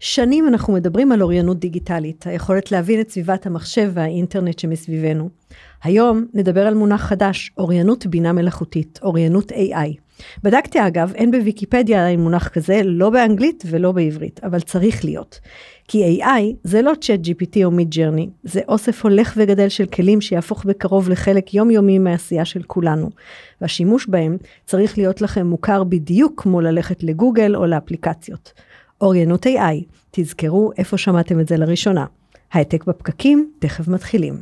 שנים אנחנו מדברים על אוריינות דיגיטלית, היכולת להבין את סביבת המחשב והאינטרנט שמסביבנו. היום נדבר על מונח חדש, אוריינות בינה מלאכותית, אוריינות AI. בדקתי אגב, אין בוויקיפדיה עדיין מונח כזה, לא באנגלית ולא בעברית, אבל צריך להיות. כי AI זה לא ChatGPT או Midjourney, זה אוסף הולך וגדל של כלים שיהפוך בקרוב לחלק יומיומי מהעשייה של כולנו. והשימוש בהם צריך להיות לכם מוכר בדיוק כמו ללכת לגוגל או לאפליקציות. אוריינות AI, תזכרו איפה שמעתם את זה לראשונה. הייטק בפקקים, תכף מתחילים.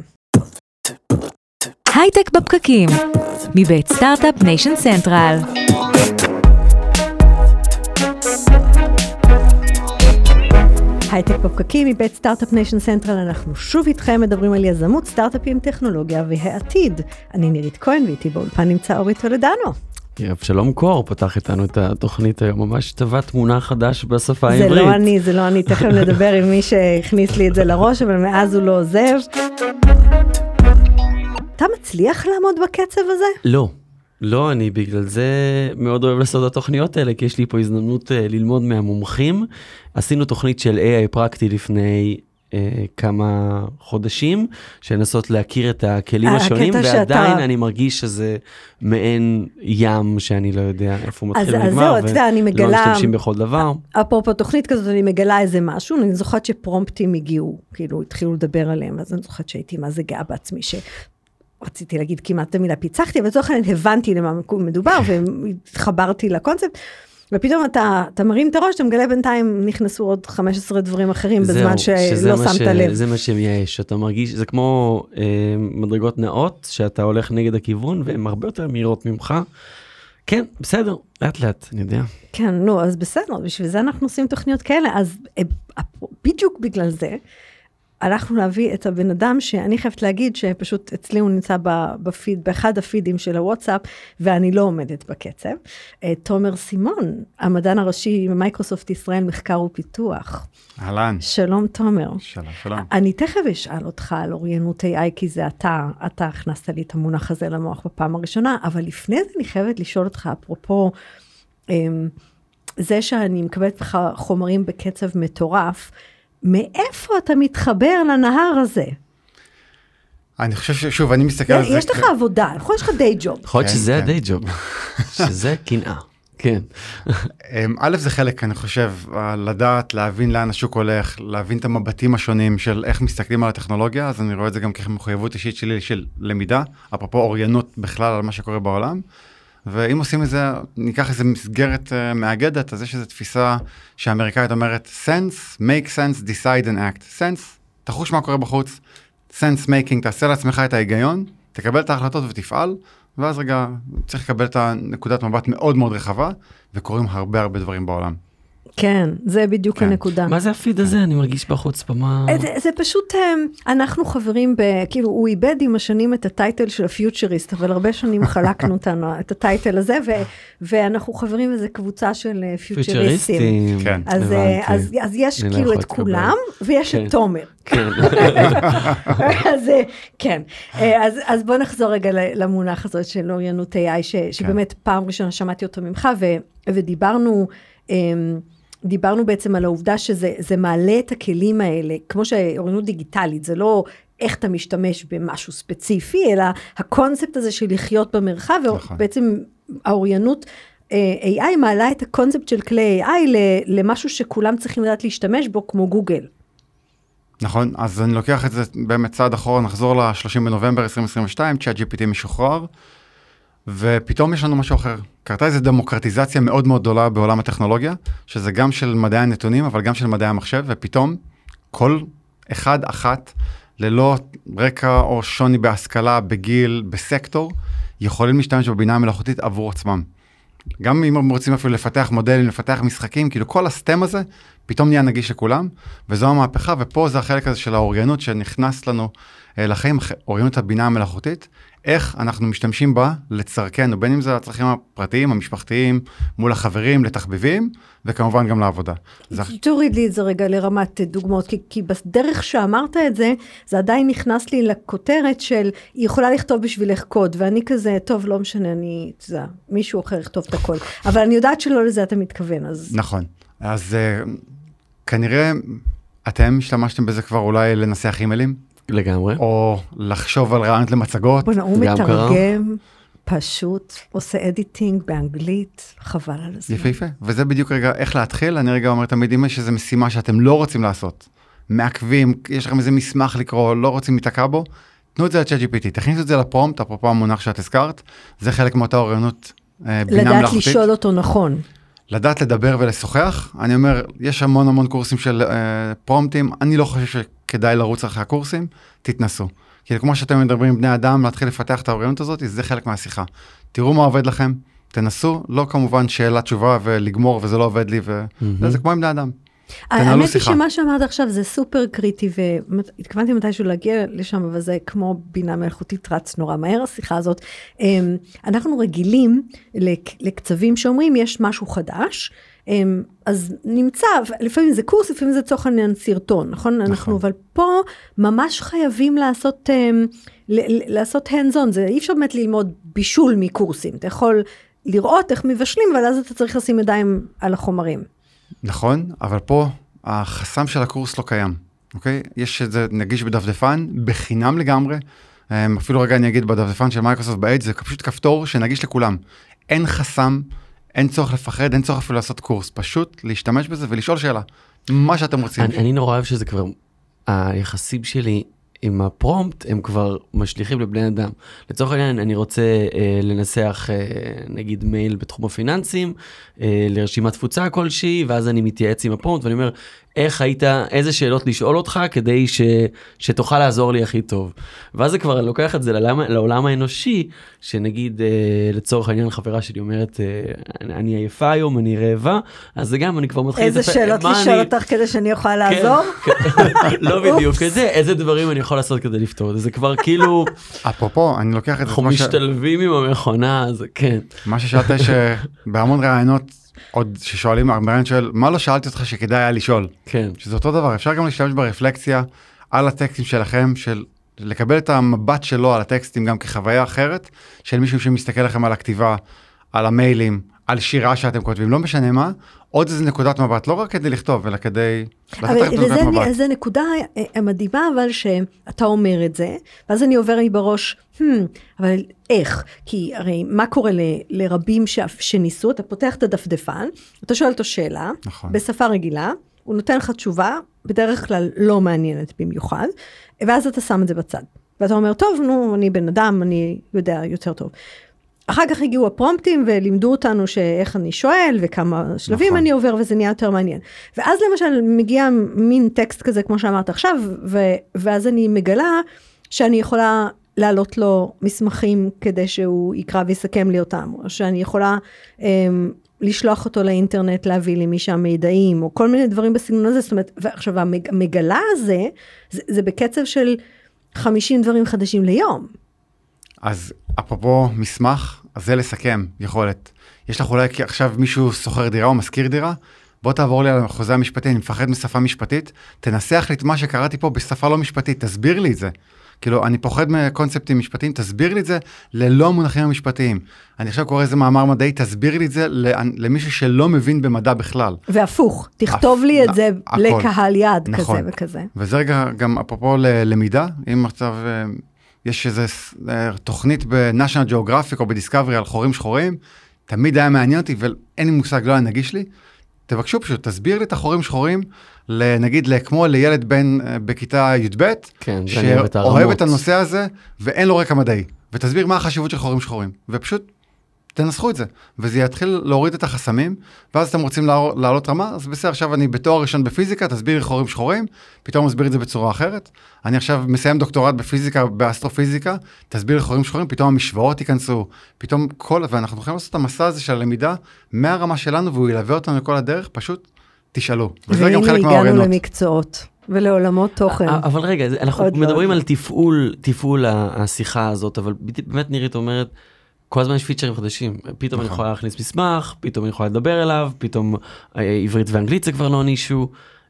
הייטק בפקקים, מבית סטארט-אפ ניישן סנטרל. הייטק בפקקים מבית סטארט-אפ ניישן סנטרל, אנחנו שוב איתכם מדברים על יזמות, סטארט-אפים, טכנולוגיה והעתיד. אני נירית כהן ואיתי באולפן נמצא אורי טולדנו. אבשלום קור פתח איתנו את התוכנית היום, ממש טבע תמונה חדש בשפה העברית. זה לא אני, תכף נדבר עם מי שהכניס לי את זה לראש, אבל מאז הוא לא עוזב. אתה מצליח לעמוד בקצב הזה? לא, אני בגלל זה מאוד אוהב לעשות את התוכניות האלה, כי יש לי פה הזדמנות ללמוד מהמומחים. עשינו תוכנית של AI פרקטי לפני כמה חודשים, שנסות להכיר את הכלים השונים, ועדיין אני מרגיש שזה מעין ים שאני לא יודע איפה הוא מתחיל ונגמר, ולא משתמשים בכל דבר. אפרופו תוכנית כזאת, אני מגלה איזה משהו, אני זוכרת שפרומפטים הגיעו, כאילו התחילו לדבר עליהם, אז אני זוכרת שהייתי מה זה גאה בעצמי, רציתי להגיד כמעט את המילה פיצחתי, אבל לצורך העניין הבנתי למה מדובר, והתחברתי לקונספט, ופתאום אתה מרים את הראש, אתה מגלה בינתיים נכנסו עוד 15 דברים אחרים, בזמן שלא שמת לב. זה מה שמייאש, אתה מרגיש, זה כמו מדרגות נאות, שאתה הולך נגד הכיוון, והן הרבה יותר מהירות ממך. כן, בסדר, לאט, אני יודע. כן, אז בסדר, בשביל זה אנחנו עושים תוכניות כאלה, אז בדיוק בגלל זה, הלכנו להביא את הבן אדם שאני חייבת להגיד שפשוט אצלי הוא נמצא בפיד, באחד הפידים של הוואטסאפ, ואני לא עומדת בקצב. תומר סימון, המדען הראשי במייקרוסופט ישראל מחקר ופיתוח. אהלן. שלום תומר. שלום. אני תכף אשאל אותך על אוריינות AI, כי זה אתה הכנסת לי את המונח הזה למוח בפעם הראשונה, אבל לפני זה אני חייבת לשאול אותך, אפרופו, זה שאני מקבלת לך חומרים בקצב מטורף, מאיפה אתה מתחבר לנהר הזה? אני חושב ששוב, אני מסתכל על זה. יש לך עבודה, יכול להיות לך די ג'וב. יכול להיות שזה הדי ג'וב, שזה קנאה. כן. א' זה חלק, אני חושב, לדעת, להבין לאן השוק הולך, להבין את המבטים השונים של איך מסתכלים על הטכנולוגיה, אז אני רואה את זה גם כמחויבות אישית שלי של למידה, אפרופו אוריינות בכלל על מה שקורה בעולם. ואם עושים את זה, ניקח איזו מסגרת מאגדת, אז יש איזו תפיסה שהאמריקאית אומרת, sense, make sense, decide and act. sense, תחוש מה קורה בחוץ, sense making, תעשה לעצמך את ההיגיון, תקבל את ההחלטות ותפעל, ואז רגע צריך לקבל את הנקודת מבט מאוד מאוד רחבה, וקוראים הרבה דברים בעולם. כן, זה בדיוק הנקודה. מה זה הפיד הזה? אני מרגיש בחוץ במה... זה פשוט, אנחנו חברים, כאילו, הוא איבד עם השנים את הטייטל של הפיוטריסט, אבל הרבה שנים חלקנו את הטייטל הזה, ואנחנו חברים איזו קבוצה של פיוטריסטים. אז יש כאילו את כולם, ויש את תומר. כן. אז בוא נחזור רגע למונח הזאת של אוריינות AI, שבאמת פעם ראשונה שמעתי אותו ממך, דיברנו בעצם על העובדה שזה מעלה את הכלים האלה, כמו שאוריינות דיגיטלית, זה לא איך אתה משתמש במשהו ספציפי, אלא הקונספט הזה של לחיות במרחב, ובעצם האוריינות AI מעלה את הקונספט של כלי AI למשהו שכולם צריכים לדעת להשתמש בו, כמו גוגל. נכון, אז אני לוקח את זה באמת צעד אחורה, נחזור ל-30 בנובמבר 2022, ChatGPT משוחרר, ופתאום יש לנו משהו אחר. קרתה איזו דמוקרטיזציה מאוד מאוד גדולה בעולם הטכנולוגיה, שזה גם של מדעי הנתונים, אבל גם של מדעי המחשב, ופתאום כל אחת, ללא רקע או שוני בהשכלה, בגיל, בסקטור, יכולים להשתמש בבינה המלאכותית עבור עצמם. גם אם הם רוצים אפילו לפתח מודלים, לפתח משחקים, כאילו כל הסטם הזה, פתאום נהיה נגיש לכולם, וזו המהפכה, ופה זה החלק הזה של האוריינות שנכנס לנו לחיים, אוריינות הבינה המלאכותית, איך אנחנו משתמשים בה לצרכנו, בין אם זה הצרכים הפרטיים, המשפחתיים, מול החברים, לתחביבים, וכמובן גם לעבודה. תוריד לי את זה רגע לרמת דוגמאות, כי בדרך שאמרת את זה, זה עדיין נכנס לי לכותרת של, היא יכולה לכתוב בשבילך קוד, ואני כזה, טוב, לא משנה, מישהו אחר יכתוב את הכל, אבל אני יודעת שלא לזה אתה מתכוון, אז... נכון, אז כנראה אתם השתמשתם בזה כבר אולי לנסח אימיילים, לגמרי. או לחשוב על רעיונות למצגות. בוא'נה, הוא גם קרה. מתרגם, פשוט עושה אדיטינג באנגלית, חבל על הזמן. יפה. וזה בדיוק רגע איך להתחיל. אני רגע אומר תמיד, אם יש איזו משימה שאתם לא רוצים לעשות, מעכבים, יש לכם איזה מסמך לקרוא, לא רוצים להתעקע בו, תנו את זה ל-ChatGPT, תכניסו את זה לפרומפט, אפרופו המונח שאת הזכרת, זה חלק מאותה אוריינות בינה מלאכותית. לדעת לשאול אותו נכון. לדעת לדבר ולשוחח. אני אומר, יש המון קורסים של פרומפטים, אני לא חושב שכדאי לרוץ אחרי הקורסים, תתנסו. כי כמו שאתם מדברים עם בני אדם, להתחיל לפתח את האוריינות הזאת, זה חלק מהשיחה. תראו מה עובד לכם, תנסו, לא כמובן שאלה תשובה ולגמור וזה לא עובד לי, וזה כמו עם בני אדם. האמת היא שמה שאמרת עכשיו זה סופר קריטי, והתכוונתי מתישהו להגיע לשם, אבל זה כמו בינה מלאכותית רץ נורא מהר, השיחה הזאת. אנחנו רגילים לקצבים שאומרים, יש משהו חדש, אז נמצא, לפעמים זה קורס, לפעמים זה צורך העניין סרטון, נכון? אנחנו אבל פה ממש חייבים לעשות hands on, זה אי אפשר באמת ללמוד בישול מקורסים, אתה יכול לראות איך מבשלים, אבל אז אתה צריך לשים ידיים על החומרים. נכון, אבל פה החסם של הקורס לא קיים, אוקיי? יש את זה נגיש בדפדפן, בחינם לגמרי, אפילו רגע אני אגיד בדפדפן של מייקרוסופט באיידג' זה פשוט כפתור שנגיש לכולם. אין חסם, אין צורך לפחד, אין צורך אפילו לעשות קורס, פשוט להשתמש בזה ולשאול שאלה, מה שאתם רוצים. אני נורא אוהב שזה כבר, היחסים שלי עם הפרומפט הם כבר משליכים לבני אדם. לצורך העניין, אני רוצה לנסח נגיד מייל בתחום הפיננסים, לרשימת תפוצה כלשהי, ואז אני מתייעץ עם הפרומפט, ואני אומר, איך היית, איזה שאלות לשאול אותך, כדי שתוכל לעזור לי הכי טוב. ואז זה כבר לוקח את זה לעולם האנושי, שנגיד, לצורך העניין, חברה שלי אומרת, אני עייפה היום, אני רעבה, אז זה גם, אני כבר מתחיל... איזה שאלות לשאול אותך כדי שאני אוכל לעזור? לא בדיוק כזה, איזה דברים אני יכול לעשות כדי לפתור, זה כבר כאילו... אפרופו, אני לוקח את זה... אנחנו משתלבים עם המכונה, אז כן. מה ששאלת שבהמון רעיונות, עוד ששואלים, הרעיון שואל, מה לא שאלתי אותך שכדאי היה לשאול? כן. שזה אותו דבר, אפשר גם להשתמש ברפלקציה על הטקסטים שלכם, של לקבל את המבט שלו על הטקסטים גם כחוויה אחרת, של מישהו שמסתכל לכם על הכתיבה, על המיילים, על שירה שאתם כותבים, לא משנה מה, עוד איזה נקודת מבט, לא רק כדי לכתוב, אלא כדי לתת לכם נקודת מבט. וזה נקודה מדהימה, אבל שאתה אומר את זה, ואז אני עובר לי בראש, אבל איך? כי הרי מה קורה לרבים שניסו, אתה פותח את הדפדפן, אתה שואל אותו שאלה, נכון. בשפה רגילה, הוא נותן לך תשובה, בדרך כלל לא מעניינת במיוחד, ואז אתה שם את זה בצד. ואתה אומר, טוב, נו, אני בן אדם, אני יודע יותר טוב. אחר כך הגיעו הפרומפטים ולימדו אותנו שאיך אני שואל וכמה שלבים נכון. אני עובר וזה נהיה יותר מעניין. ואז למשל מגיע מין טקסט כזה כמו שאמרת עכשיו, ואז אני מגלה שאני יכולה להעלות לו מסמכים כדי שהוא יקרא ויסכם לי אותם, או שאני יכולה לשלוח אותו לאינטרנט להביא לי משם מידעים, או כל מיני דברים בסגנון הזה. זאת אומרת, ועכשיו המגלה הזה, זה בקצב של 50 דברים חדשים ליום. אז אפרופו מסמך, אז זה לסכם יכולת. יש לך אולי עכשיו מישהו סוחר דירה או מזכיר דירה, בוא תעבור לי על החוזה המשפטי, אני מפחד משפה משפטית, תנסח לי את מה שקראתי פה בשפה לא משפטית, תסביר לי את זה. כאילו, אני פוחד מקונספטים משפטיים, תסביר לי את זה ללא המונחים המשפטיים. אני עכשיו קורא איזה מאמר מדעי, תסביר לי את זה למישהו שלא מבין במדע בכלל. והפוך, תכתוב לי את זה לקהל יד כזה וכזה. וזה רגע גם אפרופו ללמידה, אם עכשיו... יש איזו תוכנית ב-National Geographic או ב-Discovery על חורים שחורים, תמיד היה מעניין אותי, ואין לי מושג, לא היה נגיש לי, תבקשו פשוט, תסביר לי את החורים שחורים, נגיד כמו לילד בן בכיתה י"ב, כן, שאוהב את הנושא הזה, ואין לו רקע מדעי, ותסביר מה החשיבות של חורים שחורים, ופשוט תנסחו את זה, וזה יתחיל להוריד את החסמים, ואז אתם רוצים לעלות רמה, אז בסדר, עכשיו אני בתואר ראשון בפיזיקה, תסביר לי חורים שחורים, פתאום מסביר את זה בצורה אחרת, אני עכשיו מסיים דוקטורט בפיזיקה, באסטרופיזיקה, תסביר לי חורים שחורים, פתאום המשוואות ייכנסו, פתאום ואנחנו יכולים לעשות את המסע הזה של הלמידה, מהרמה שלנו, והוא ילווה אותנו לכל הדרך, פשוט תשאלו. וזה גם חלק מהאוריינות. והנה הגענו למקצועות ולעולמות תוכן. אבל רגע, אנחנו מדברים על תפעול השיחה הזאת, אבל באמת נירית אומרת, כל הזמן יש פיצ'רים חדשים, פתאום אני יכולה להכניס מסמך, פתאום אני יכולה לדבר אליו, פתאום עברית ואנגלית זה כבר לא נישהו,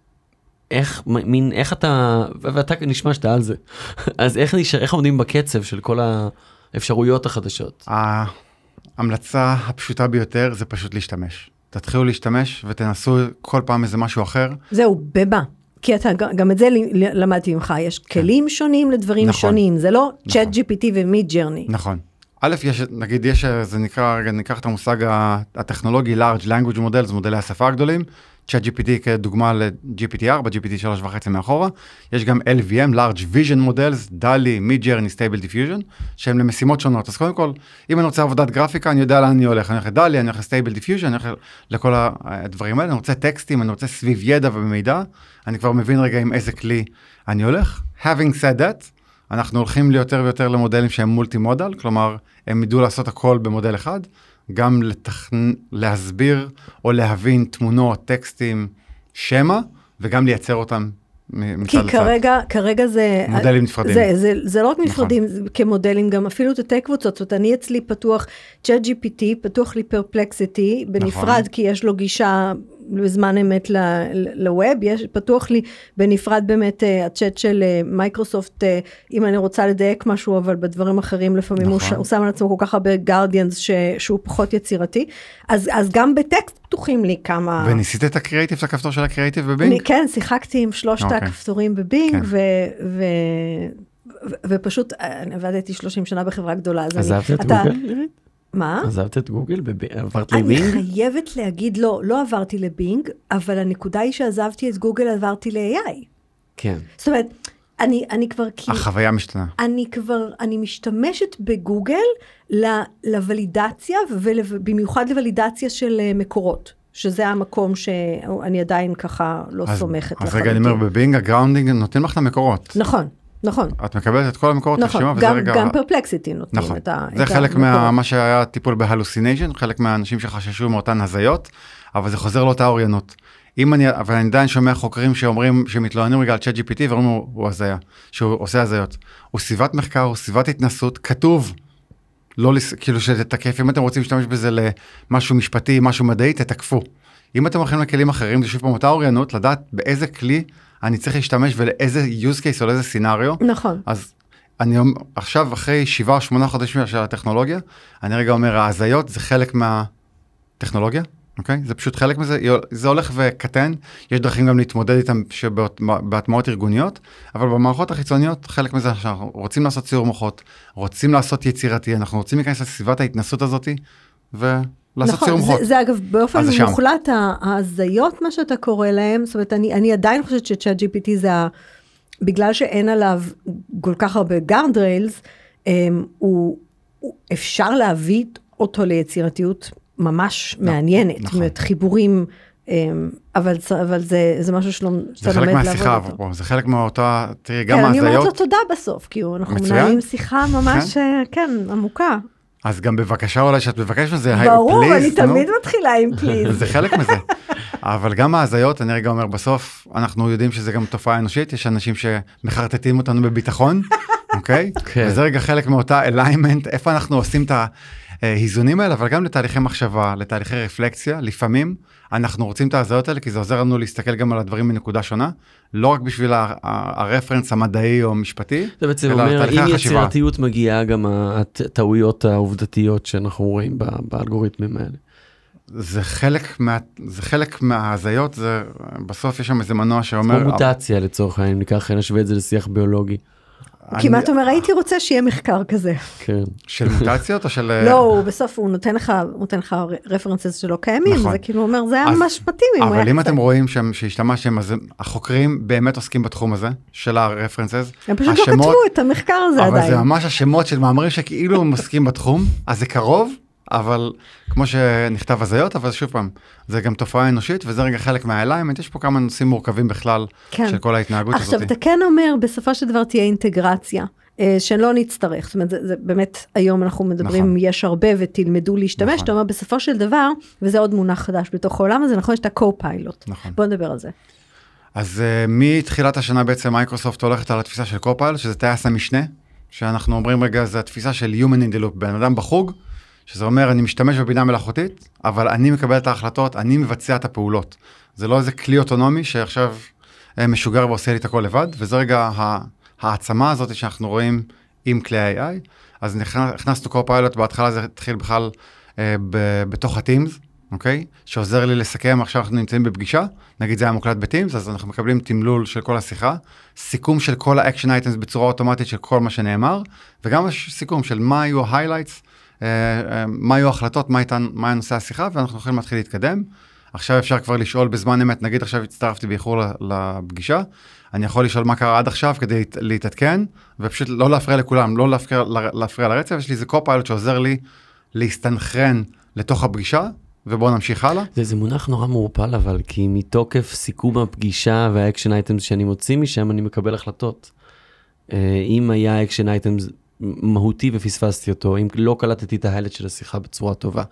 איך אתה, ואתה נשמע שאתה על זה, אז איך עומדים בקצב של כל האפשרויות החדשות? ההמלצה הפשוטה ביותר זה פשוט להשתמש. תתחילו להשתמש ותנסו כל פעם איזה משהו אחר. זהו, במה? כי אתה, גם את זה למדתי ממך, יש כלים שונים לדברים נכון. שונים, זה לא נכון. צ'אט GPT ומידג'רני. נכון. א', נגיד זה נקרא, רגע ניקח את המושג הטכנולוגי, large language model, זה מודלי השפה הגדולים, צ'אט GPT כדוגמה ל-GPT-4, GPT 3.5 מאחורה, יש גם LVM, large vision models, DALI, midjourney, stable diffusion, שהם למשימות שונות. אז קודם כל, אם אני רוצה עבודת גרפיקה, אני יודע לאן אני הולך, אני הולך ל-DALI, אני הולך ל-stable diffusion, אני הולך לכל הדברים האלה, אני רוצה טקסטים, אני רוצה סביב ידע ומידע, אני כבר מבין רגע עם איזה כלי אני הולך. Having said that, אנחנו הולכים ליותר ויותר למודלים שהם מולטי מודל, כלומר, הם ידעו לעשות הכל במודל אחד, גם להסביר או להבין תמונות, טקסטים, שמה, וגם לייצר אותם מצד לצד. כי כרגע זה... מודלים נפרדים. זה לא רק נפרדים, כמודלים, גם אפילו תתי קבוצות. זאת אומרת, אני אצלי פתוח צ'אט GPT, פתוח לי פרפלקסיטי, בנפרד, כי יש לו גישה בזמן אמת לווב, פתוח לי בנפרד באמת הצ'אט של מייקרוסופט, אם אני רוצה לדייק משהו, אבל בדברים אחרים לפעמים הוא שם על עצמו כל כך הרבה גארדיאנס שהוא פחות יצירתי, אז גם בטקסט פתוחים לי כמה... וניסית את הקריאיטיב, את הכפתור של הקריאיטיב בבינג? כן, שיחקתי עם שלושת הכפתורים בבינג, ופשוט עבדתי 30 שנה בחברה גדולה. עזבת את גוגל? מה? עזבת את גוגל? עברת לבינג? אני חייבת להגיד, לא עברתי לבינג, אבל הנקודה היא שעזבתי את גוגל, עברתי ל-AI. כן. זאת אומרת, אני כבר... החוויה משתנה. אני משתמשת בגוגל לוולידציה, ובמיוחד לוולידציה של מקורות, שזה המקום שאני עדיין ככה לא סומכת. אז רגע, אני אומר, בבינג הגראונדינג נותן לך את המקורות. נכון. נכון. את מקבלת את כל המקורות נכון, גם פרפלקסיטי נותנים נכון. את המקורות. זה חלק מה שהיה טיפול בהלוסיניישן, חלק מהאנשים שחששו מאותן הזיות, אבל זה חוזר לאותה אוריינות. אבל אני עדיין שומע חוקרים שאומרים, שמתלוננים רגע על צ'אט GPT, ואומרים הוא הזיה, שהוא עושה הזיות. הוא סביבת מחקר, הוא סביבת התנסות, כתוב, לא, כאילו שזה תקף, אם אתם רוצים להשתמש בזה למשהו משפטי, משהו מדעי, תתקפו. אם אתם הולכים לכלים אחרים, זה שוב פעם אותה אוריינות, לדעת באיזה כלי אני צריך להשתמש ולאיזה use case או לאיזה סינריו. נכון. אז אני עכשיו, אחרי 7 או 8 חודשים של הטכנולוגיה, אני רגע אומר, ההזיות זה חלק מהטכנולוגיה, אוקיי? זה פשוט חלק מזה, זה הולך וקטן, יש דרכים גם להתמודד איתם בהטמעות ארגוניות, אבל במערכות החיצוניות, חלק מזה שאנחנו רוצים לעשות ציור מוחות, רוצים לעשות יצירתי, אנחנו רוצים להיכנס לסביבת ההתנסות הזאת, לעשות ציור מוחות. זה אגב, באופן מוחלט, ההזיות, מה שאתה קורא להם, זאת אומרת, אני עדיין חושבת שצ'אט GPT זה, בגלל שאין עליו כל כך הרבה גארדריילס, אפשר להביא אותו ליצירתיות ממש מעניינת, זאת אומרת, חיבורים, אבל זה משהו שלא... זה חלק מהשיחה, זה חלק מאותה, תראי, גם ההזיות... אני אומרת לו תודה בסוף, כי אנחנו מנהלים שיחה ממש, כן, עמוקה. אז גם בבקשה אולי שאת מבקשת מזה, ברור, אני תמיד מתחילה עם פליז. זה חלק מזה. אבל גם ההזיות, אני רגע אומר, בסוף אנחנו יודעים שזה גם תופעה אנושית, יש אנשים שמחרטטים אותנו בביטחון, אוקיי? וזה רגע חלק מאותה אליימנט, איפה אנחנו עושים את ההיזונים האלה, אבל גם לתהליכי מחשבה, לתהליכי רפלקסיה, לפעמים אנחנו רוצים את ההזיות האלה, כי זה עוזר לנו להסתכל גם על הדברים מנקודה שונה, לא רק בשביל הרפרנס המדעי או משפטי, זה בעצם אומר, אם יצירתיות מגיעה גם הטעויות העובדתיות שאנחנו רואים באלגוריתמים האלה. זה חלק מההזיות, בסוף יש שם איזה מנוע שאומר... כמו מוטציה לצורך העניין, ניקח נשווה את זה לשיח ביולוגי. כמעט אומר, הייתי רוצה שיהיה מחקר כזה. כן. של מוטציות או של... לא, בסוף הוא נותן לך רפרנסס שלא קיימים, זה כאילו אומר, זה היה ממש מתאים. אבל אם אתם רואים שהשתמשתם, אז החוקרים באמת עוסקים בתחום הזה, של הרפרנסס. הם פשוט לא כתבו את המחקר הזה עדיין. אבל זה ממש השמות של מאמרים שכאילו הם עוסקים בתחום, אז זה קרוב, אבל כמו שנכתב הזיות, אבל שוב פעם, זה גם תופעה אנושית, וזה רגע חלק מהאליימנט, יש פה כמה נושאים מורכבים בכלל, של כל ההתנהגות הזאת. עכשיו, אתה כן אומר, בסופו של דבר תהיה אינטגרציה, שלא נצטרך, זאת אומרת, זה באמת, היום אנחנו מדברים, יש הרבה ותלמדו להשתמש, אתה אומר, בסופו של דבר, וזה עוד מונח חדש בתוך העולם הזה, נכון, יש את הקו-פיילוט. בוא נדבר על זה. אז מתחילת השנה בעצם מייקרוסופט הולכת על התפיסה של קו-פיילוט, שזה טייס המשנה, שאנחנו אומרים רגע, זה התפיסה של human in the loop, בן אדם בחוג, שזה אומר, אני משתמש בבינה מלאכותית, אבל אני מקבל את ההחלטות, אני מבצע את הפעולות. זה לא איזה כלי אוטונומי שעכשיו משוגר ועושה לי את הכל לבד, וזה רגע העצמה הזאת שאנחנו רואים עם כלי AI. אז הכנסנו קו-פיילוט, בהתחלה זה התחיל בכלל בתוך הטימס, אוקיי? שעוזר לי לסכם, עכשיו אנחנו נמצאים בפגישה, נגיד זה היה מוקלט בטימס, אז אנחנו מקבלים תמלול של כל השיחה, סיכום של כל האקשן אייטמס בצורה אוטומטית של כל מה שנאמר, וגם סיכום של מה היו ההיילייטס, מה היו ההחלטות, מה היה נושא השיחה, ואנחנו יכולים להתחיל להתקדם. עכשיו אפשר כבר לשאול בזמן אמת, נגיד עכשיו הצטרפתי באיחור לפגישה, אני יכול לשאול מה קרה עד עכשיו כדי להתעדכן, ופשוט לא להפריע לכולם, לא להפריע לרצף, יש לי איזה קופיילוט שעוזר לי להסתנכרן לתוך הפגישה, ובואו נמשיך הלאה. זה מונח נורא מעורפל, אבל כי מתוקף סיכום הפגישה והאקשן אייטמס שאני מוציא משם, אני מקבל החלטות. אם היה אקשן אייטמס מהותי ופספסתי אותו, אם לא קלטתי את ההיילט של השיחה בצורה טובה,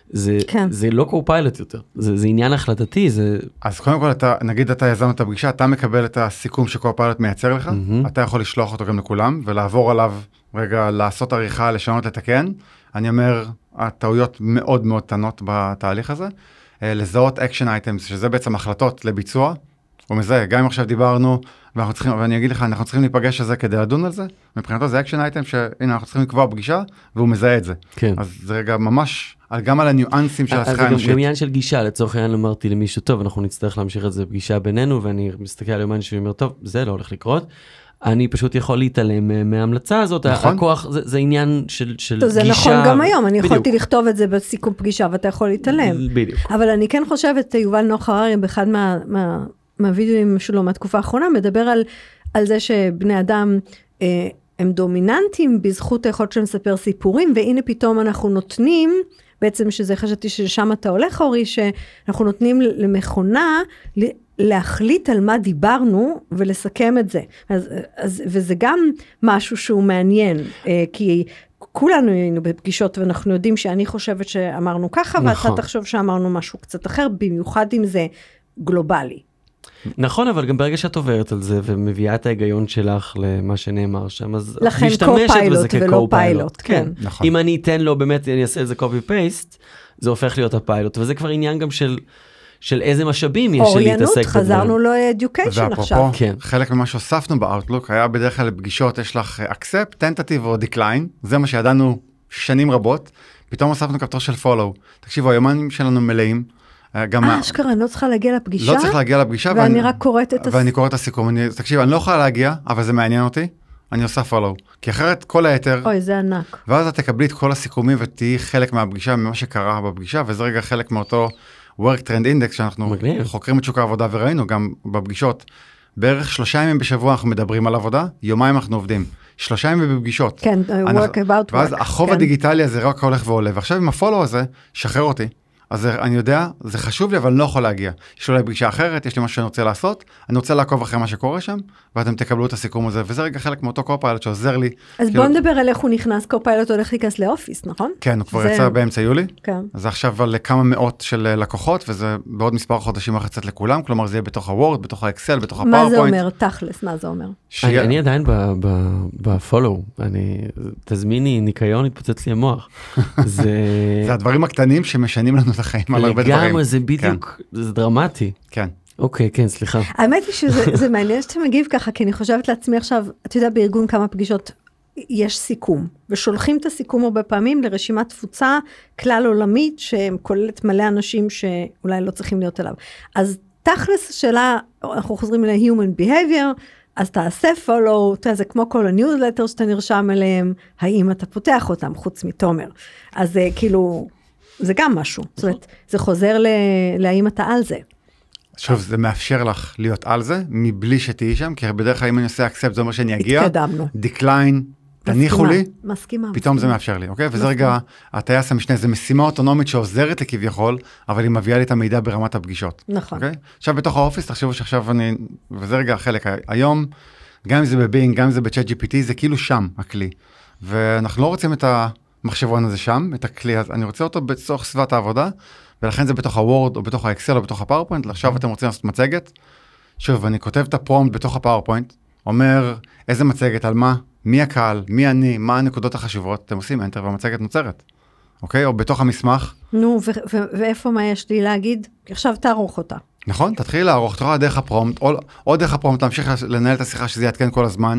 זה לא קו-פיילוט יותר, זה עניין החלטתי, זה... אז קודם כל, נגיד אתה יזם את הפגישה, אתה מקבל את הסיכום שקו-פיילוט מייצר לך, אתה יכול לשלוח אותו גם לכולם, ולעבור עליו רגע, לעשות עריכה, לשנות, לתקן. אני אומר, הטעויות מאוד מאוד קטנות בתהליך הזה. לזהות אקשן אייטמס, שזה בעצם החלטות לביצוע, הוא מזהה, גם אם עכשיו דיברנו, ואני אגיד לך, אנחנו צריכים להיפגש על זה כדי לדון על זה, מבחינתו זה אקשן אייטם שהנה אנחנו צריכים לקבוע פגישה, והוא מזהה את זה. כן. אז זה רגע ממש, גם על הניואנסים של השיחה האנושית. אז גם עניין של גישה, לצורך העניין אמרתי למישהו, טוב, אנחנו נצטרך להמשיך את זה פגישה בינינו, ואני מסתכל על יומן שאומר, טוב, זה לא הולך לקרות, אני פשוט יכול להתעלם מההמלצה הזאת, נכון. הכוח, זה עניין של גישה. זה נכון גם היום, אני יכולתי לכתוב את זה בסיכום פגישה, ואתה יכול להתעלם. בדיוק. אבל אני כן חושבת, יובל נוח הררי, באחד מהווידאוים שלו מהתקופה האחרונה, מדבר על זה שבני אדם הם דומיננטיים בזכות היכולת שלהם לספר סיפורים, והנה פתאום אנחנו נותנים, בעצם שזה חשבתי ששם אתה הולך אורי, שאנחנו נותנים למכונה להחליט על מה דיברנו ולסכם את זה. וזה גם משהו שהוא מעניין, כי כולנו היינו בפגישות ואנחנו יודעים שאני חושבת שאמרנו ככה, נכון. ואתה תחשוב שאמרנו משהו קצת אחר, במיוחד אם זה גלובלי. נכון, אבל גם ברגע שאת עוברת על זה ומביאה את ההיגיון שלך למה שנאמר שם, אז לכן קו-פיילוט ולא פיילוט, כן. נכון. אם אני אתן לו, באמת אני אעשה את זה copy-paste, זה הופך להיות הפיילוט, וזה כבר עניין גם של איזה משאבים יש לי להתעסק בדברים. אוריינות, חזרנו לו education עכשיו. ואפרופו, כן. חלק ממה שהוספנו באוטלוק, היה בדרך כלל לפגישות, יש לך accept, tentative או decline, זה מה שידענו שנים רבות, פתאום הוספנו כפתור של follow. תקשיבו, היומנים שלנו מלאים, אשכרה, אני לא צריכה להגיע לפגישה? לא צריך להגיע לפגישה, ואני רק קוראת את ואני קורא את הסיכום. תקשיב, אני לא יכולה להגיע, אבל זה מעניין אותי, אני עושה follow. כי אחרת כל היתר, אוי, זה ענק. ואז את תקבלי את כל הסיכומים ותהיי חלק מהפגישה, ממה שקרה בפגישה, וזה רגע חלק מאותו work trend index, שאנחנו חוקרים את שוק העבודה וראינו גם בפגישות. בערך 3 ימים בשבוע אנחנו מדברים על עבודה, יומיים אנחנו עובדים. 3 ימים בפגישות. כן, work about work. ואז החוב הדיגיטלי הזה רק הולך ועולה, ועכשיו עם הפולו הזה, שחרר אותי. אז אני יודע, זה חשוב לי, אבל אני לא יכול להגיע. יש אולי פגישה אחרת, יש לי משהו שאני רוצה לעשות, אני רוצה לעקוב אחרי מה שקורה שם, ואתם תקבלו את הסיכום הזה, וזה רגע חלק מאותו קו-פיילוט שעוזר לי. אז בוא נדבר על איך הוא נכנס, קו-פיילוט הולך להיכנס לאופיס, נכון? כן, הוא כבר יצא באמצע יולי. כן. אז עכשיו על כמה מאות של לקוחות, וזה בעוד מספר חודשים הולך לצאת לכולם, כלומר זה יהיה בתוך הוורד, בתוך האקסל, בתוך הפאורפוינט. מה זה אומר, תכלס, מה זה אומר? אני עדיין בפולו, תזמיני ניקיון, התפוצץ לי המוח. זה הדברים הקטנים שמשנים לנו את החיים על הרבה דברים. לגמרי, זה בדיוק, זה דרמטי. כן. אוקיי, כן, סליחה. האמת היא שזה מעניין שאתה מגיב ככה, כי אני חושבת לעצמי עכשיו, אתה יודע, בארגון כמה פגישות יש סיכום, ושולחים את הסיכום הרבה פעמים לרשימת תפוצה כלל עולמית, שכוללת מלא אנשים שאולי לא צריכים להיות עליו. אז תכלס השאלה, אנחנו חוזרים ל-human behavior, אז תעשה follow, זה כמו כל הניוזלטר שאתה נרשם אליהם, האם אתה פותח אותם, חוץ מתומר. אז זה כאילו, זה גם משהו. זאת אומרת, זה חוזר להאם אתה על זה. שוב, זה מאפשר לך להיות על זה, מבלי שתהי שם, כי בדרך כלל אם אני עושה accept, זה אומר שאני אגיע. התקדמנו. decline, תניחו לי. מסכימה. פתאום זה מאפשר לי, אוקיי? וזה רגע, הטייס המשנה, זה משימה אוטונומית שעוזרת לי כביכול, אבל היא מביאה לי את המידע ברמת הפגישות. נכון. אוקיי? עכשיו בתוך האופיס, תחשבו שעכשיו אני, וזה רגע החלק, היום, גם אם זה בבינג, גם אם זה בצ'אט GPT, זה כאילו שם, הכלי. ואנחנו לא רוצים את המחשבון הזה שם, את הכלי הזה, אני רוצה אותו בתוך סביבת העבודה, ולכן זה בתוך הוורד, או בתוך האקסל, או בתוך הפאורפוינט, עכשיו אתם רוצים לעשות מצגת. שוב, אני כותב את הפרומפט בתוך הפאורפוינט, אומר איזה מצגת, על מה, מי הקהל, מי אני, מה הנקודות החשובות, אתם עושים אנטר והמצגת נוצרת. אוקיי? או בתוך המסמך. נו, ואיפה מה יש לי להגיד? עכשיו תערוך אותה. נכון, תתחיל לערוך, תוכל דרך הפרומפט, או דרך הפרומפט להמשיך לנהל את השיחה שזה יעדכן כל הזמן,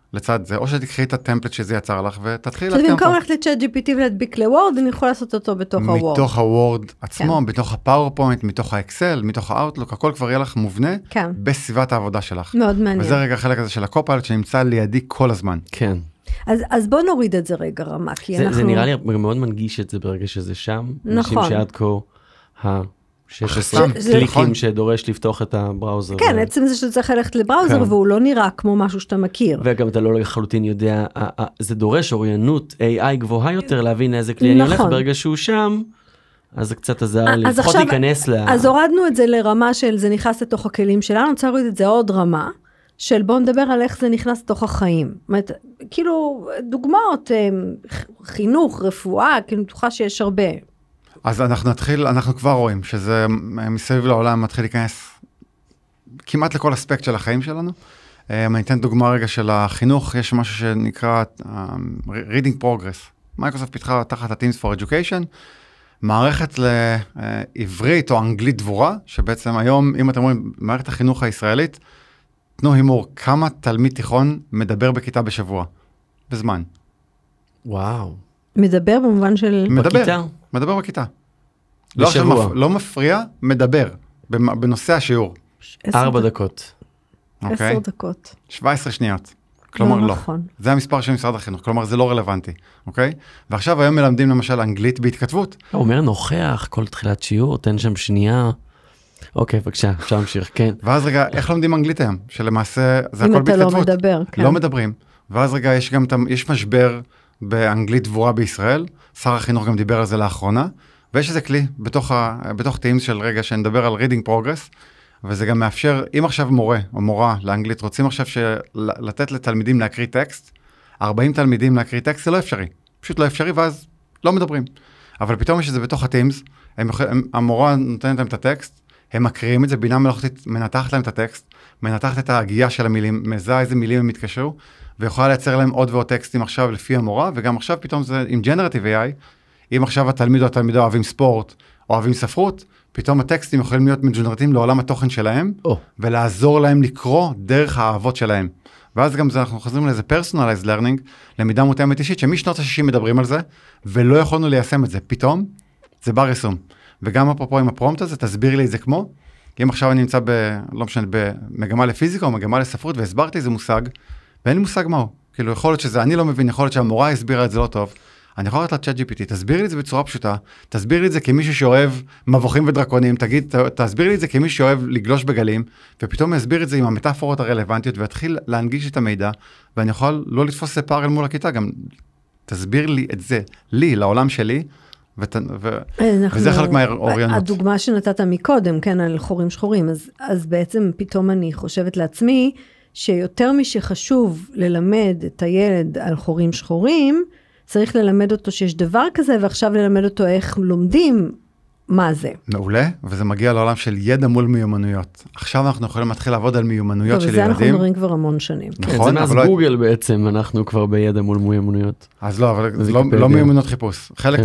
לצד זה, או שתקחי את הטמפלט שזה יצר לך, ותתחיל אז במקום ללכת לצ'אט GPT ולהדביק לוורד, אני יכול לעשות אותו בתוך הוורד. מתוך הוורד עצמו, בתוך הפאורפוינט, מתוך האקסל, מתוך האוטלוק, הכל כבר יהיה לך מובנה בסביבת העבודה שלך. מאוד מעניין. וזה רגע החלק הזה של הקופיילוט שנמצא לידי כל הזמן. כן. אז בוא נוריד את זה רגע רמה, כי אנחנו... זה נראה לי מאוד מנגיש את זה ברגע שזה שם. נכון. אנשים שעד כה, 16 קליקים שדורש לפתוח את הבראוזר. כן, עצם זה שאתה צריך ללכת לבראוזר, והוא לא נראה כמו משהו שאתה מכיר. וגם אתה לא לחלוטין יודע, זה דורש אוריינות AI גבוהה יותר להבין איזה כלי אני הולך, ברגע שהוא שם, אז זה קצת עזר לי, לפחות להיכנס אז הורדנו את זה לרמה של זה נכנס לתוך הכלים שלנו, צריך להוריד את זה עוד רמה, של בוא נדבר על איך זה נכנס לתוך החיים. זאת אומרת, כאילו, דוגמאות, חינוך, רפואה, כאילו, בטוחה שיש הרבה. אז אנחנו כבר רואים שזה מסביב לעולם מתחיל להיכנס כמעט לכל אספקט של החיים שלנו. אני אתן דוגמה רגע של החינוך, יש משהו שנקרא Reading Progress. מייקרוסופט פיתחה תחת ה-Teams for Education, מערכת לעברית או אנגלית דבורה, שבעצם היום, אם אתם רואים, מערכת החינוך הישראלית, תנו הימור, כמה תלמיד תיכון מדבר בכיתה בשבוע? בזמן. וואו. מדבר במובן של... מדבר בכיתה. לא מפריע, מדבר, בנושא השיעור. 4 דקות. 10 דקות. 17 שניות. כלומר לא. זה המספר של משרד החינוך, כלומר זה לא רלוונטי, אוקיי? ועכשיו היום מלמדים למשל אנגלית בהתכתבות. הוא אומר נוכח, כל תחילת שיעור, תן שם שנייה. אוקיי, בבקשה, אפשר להמשיך, כן. ואז רגע, איך לומדים אנגלית היום? שלמעשה זה הכל בהתכתבות. אם אתה לא מדבר, כן. לא מדברים. ואז רגע, יש משבר באנגלית דבורה בישראל, שר החינוך גם דיבר על זה לאחרונה, ויש איזה כלי בתוך Teams של רגע שנדבר על Reading Progress, וזה גם מאפשר, אם עכשיו מורה או מורה לאנגלית רוצים עכשיו לתת לתלמידים להקריא טקסט, 40 תלמידים להקריא טקסט זה לא אפשרי, פשוט לא אפשרי ואז לא מדברים. אבל פתאום יש את זה בתוך ה-Teams, המורה נותנת להם את הטקסט, הם מקריאים את זה, בינה מלאכותית מנתחת להם את הטקסט, מנתחת את ההגייה של המילים, מזהה איזה מילים הם מתקשרו, ויכולה לייצר להם עוד ועוד טקסטים עכשיו לפי המורה, וגם עכשיו פתאום זה עם Generative AI, אם עכשיו התלמיד או התלמידה אוהבים ספורט, אוהבים ספרות, פתאום הטקסטים יכולים להיות מג'נרטים לעולם התוכן שלהם, ולעזור להם לקרוא דרך האהבות שלהם. ואז גם אנחנו חוזרים לאיזה personalized learning, למידה מותאמת אישית, שמשנות ה-60 מדברים על זה, ולא יכולנו ליישם את זה. פתאום, זה בר יישום. וגם אפרופו עם הפרומפט הזה, תסביר לי את זה כמו, אם עכשיו אני נמצא לא משנה, במגמה לפיזיקה או מגמה לספרות, והסברתי איזה מושג, ואין לי מושג מהו. כאילו, יכול להיות שזה אני לא מבין, יכול להיות שהמורה הסבירה את זה לא טוב. אני יכול לתת לצ'אט GPT, תסביר לי את זה בצורה פשוטה, תסביר לי את זה כמישהו שאוהב מבוכים ודרקונים, תסביר לי את זה כמישהו שאוהב לגלוש בגלים, ופתאום יסביר את זה עם המטאפורות הרלוונטיות, ויתחיל להנגיש את המידע, ואני יכול לא לתפוס פער אל מול הכיתה, גם תסביר לי את זה, לי, לעולם שלי, וזה חלק מהאוריינות. הדוגמה שנתת מקודם, כן, על חורים שחורים, אז בעצם פתאום אני חושבת לעצמי, שיותר משחשוב ללמד את הילד על חורים שחורים, צריך ללמד אותו שיש דבר כזה, ועכשיו ללמד אותו איך לומדים מה זה. מעולה, וזה מגיע לעולם של ידע מול מיומנויות. עכשיו אנחנו יכולים להתחיל לעבוד על מיומנויות של ילדים. וזה אנחנו מדברים כבר המון שנים. נכון, זה מאז גוגל בעצם, אנחנו כבר בידע מול מיומנויות. אז לא, אבל לא מיומנויות חיפוש. חלק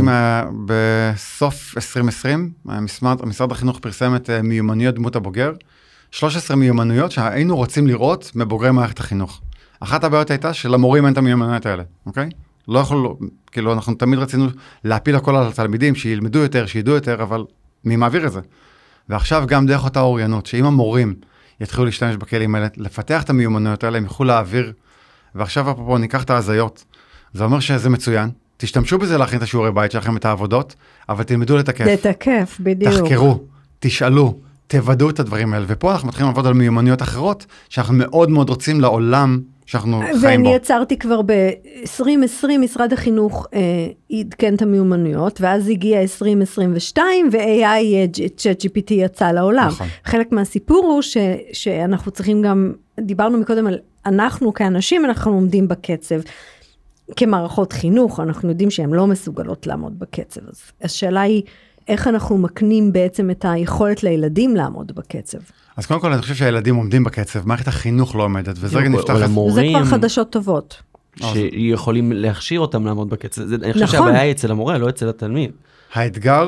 בסוף 2020, משרד החינוך פרסם את מיומנויות דמות הבוגר, 13 מיומנויות שהיינו רוצים לראות מבוגרי מערכת החינוך. אחת הבעיות הייתה שלמורים אין את המיומנויות האלה, אוקיי? לא יכול, כאילו אנחנו תמיד רצינו להפיל הכל על התלמידים, שילמדו יותר, שידעו יותר, אבל מי מעביר את זה? ועכשיו גם דרך אותה אוריינות, שאם המורים יתחילו להשתמש בכלים האלה, לפתח את המיומנויות האלה, הם יוכלו להעביר, ועכשיו אפרופו ניקח את ההזיות, זה אומר שזה מצוין, תשתמשו בזה להכין את השיעורי בית שלכם, את העבודות, אבל תלמדו לתקף. לתקף, בדיוק. תחקרו, תשאלו, תוודאו את הדברים האלה, ופה אנחנו מתחילים לעבוד על מיומנויות אחרות, שאנחנו מאוד מאוד רוצים לעולם שאנחנו חיים בו. ואני יצרתי כבר ב-2020, משרד החינוך עדכן את המיומנויות, ואז הגיע 2022, ו-AI, ChatGPT יצא לעולם. נכון. חלק מהסיפור הוא שאנחנו צריכים גם, דיברנו מקודם על, אנחנו כאנשים, אנחנו עומדים בקצב. כמערכות חינוך, אנחנו יודעים שהן לא מסוגלות לעמוד בקצב. אז השאלה היא, איך אנחנו מקנים בעצם את היכולת לילדים לעמוד בקצב. אז קודם כל אני חושב שהילדים עומדים בקצב, מערכת החינוך לא עומדת, וזה רגע נפתח... זה כבר חדשות טובות. שיכולים להכשיר אותם לעמוד בקצב. אני חושב שהבעיה היא אצל המורה, לא אצל התלמיד. האתגר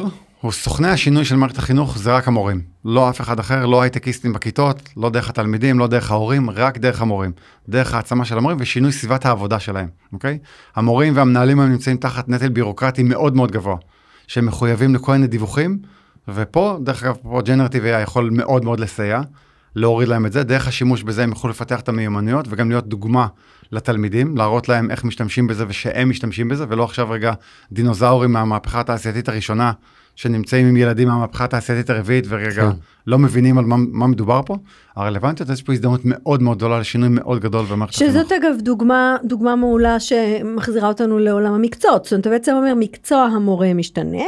הוא סוכני השינוי של מערכת החינוך, זה רק המורים. לא אף אחד אחר, לא הייטקיסטים בכיתות, לא דרך התלמידים, לא דרך ההורים, רק דרך המורים. דרך העצמה של המורים ושינוי סביבת העבודה שלהם, אוקיי? המורים והמנהלים הם נמצאים תחת נטל בירוקרטי מאוד מאוד גבוה, שהם מחויבים לכל מיני דיווחים, ופה, דרך אגב, פה Generative AI יכול מאוד מאוד לסייע, להוריד להם את זה, דרך השימוש בזה הם יוכלו לפתח את המיומנויות, וגם להיות דוגמה לתלמידים, להראות להם איך משתמשים בזה ושהם משתמשים בזה, ולא עכשיו רגע דינוזאורים מהמהפכה התעשייתית הראשונה, שנמצאים עם ילדים מהמהפכה התעשייתית הרביעית, ורגע לא מבינים על מה מדובר פה. הרלוונטיות, יש פה הזדמנות מאוד מאוד גדולה, לשינוי מאוד גדול במערכת החינוך. שזאת אגב דוגמה מעולה שמחזירה אותנו לעולם המקצועות. זאת אומרת, אתה בעצם אומר, מקצוע המורה משתנה,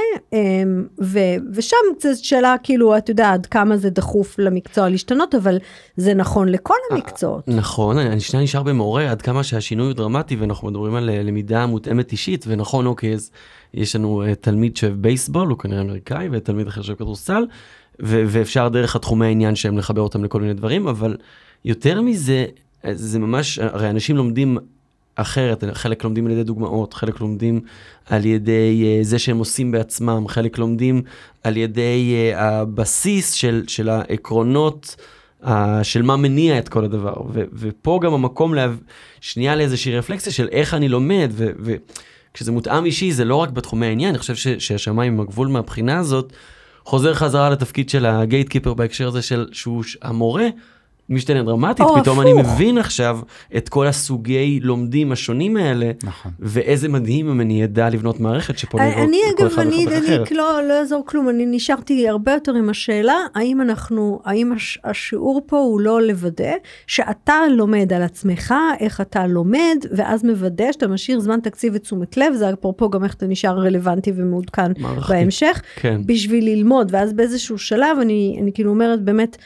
ושם זו שאלה כאילו, אתה יודע, עד כמה זה דחוף למקצוע להשתנות, אבל זה נכון לכל המקצועות. נכון, אני שנייה נשאר במורה, עד כמה שהשינוי הוא דרמטי, ואנחנו מדברים על למידה מותאמת אישית, ונכון, אוקיי, אז יש לנו תלמיד שאוהב בייסבול, הוא כנראה אמריקאי, ותלמיד אחר שאוהב כדורסל, ואפשר דרך התחומי העניין שהם לחבר אותם לכל מיני דברים, אבל יותר מזה, זה ממש, הרי אנשים לומדים אחרת, חלק לומדים על ידי דוגמאות, חלק לומדים על ידי זה שהם עושים בעצמם, חלק לומדים על ידי הבסיס של העקרונות, של מה מניע את כל הדבר, ופה גם המקום שנייה לאיזושהי רפלקסיה של איך אני לומד, וכשזה מותאם אישי, זה לא רק בתחומי העניין, אני חושב שהשמיים עם הגבול מהבחינה הזאת, חוזר חזרה לתפקיד של הגייטקיפר בהקשר הזה שהוא המורה, משתנה דרמטית, פתאום אני מבין עכשיו את כל הסוגי לומדים השונים האלה, ואיזה מדהים אם אני ידע לבנות מערכת שפונה לכל אחד אחרת. אני לא יעזור כלום, אני נשארתי הרבה יותר עם השאלה, האם השיעור פה הוא לא לוודא, שאתה לומד על עצמך, איך אתה לומד, ואז מוודא שאתה משאיר זמן תקציב ותשומת לב, זה אפרופו גם איך אתה נשאר רלוונטי ומעודכן בהמשך, בשביל ללמוד, ואז באיזשהו שלב, אני כאילו אומרת באמת,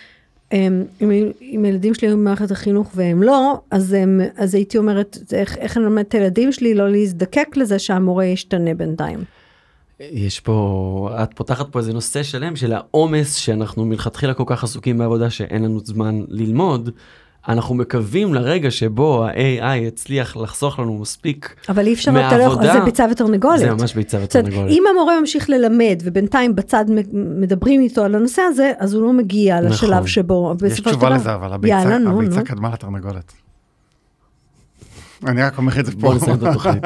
אם הילדים שלי היו במערכת החינוך והם לא, אז הייתי אומרת, איך אני לומדת את הילדים שלי לא להזדקק לזה שהמורה ישתנה בינתיים. יש פה, את פותחת פה איזה נושא שלם של העומס שאנחנו מלכתחילה כל כך עסוקים בעבודה שאין לנו זמן ללמוד, אנחנו מקווים לרגע שבו ה-AI יצליח לחסוך לנו מספיק מהעבודה. אבל אי אפשר, זה ביצה ותרנגולת. זה ממש ביצה ותרנגולת. אם המורה ממשיך ללמד, ובינתיים בצד מדברים איתו על הנושא הזה, אז הוא לא מגיע לשלב שבו. יש תשובה לזה, אבל הביצה קדמה לתרנגולת. אני רק אומר את זה פה. בוא נסיים את התוכנית.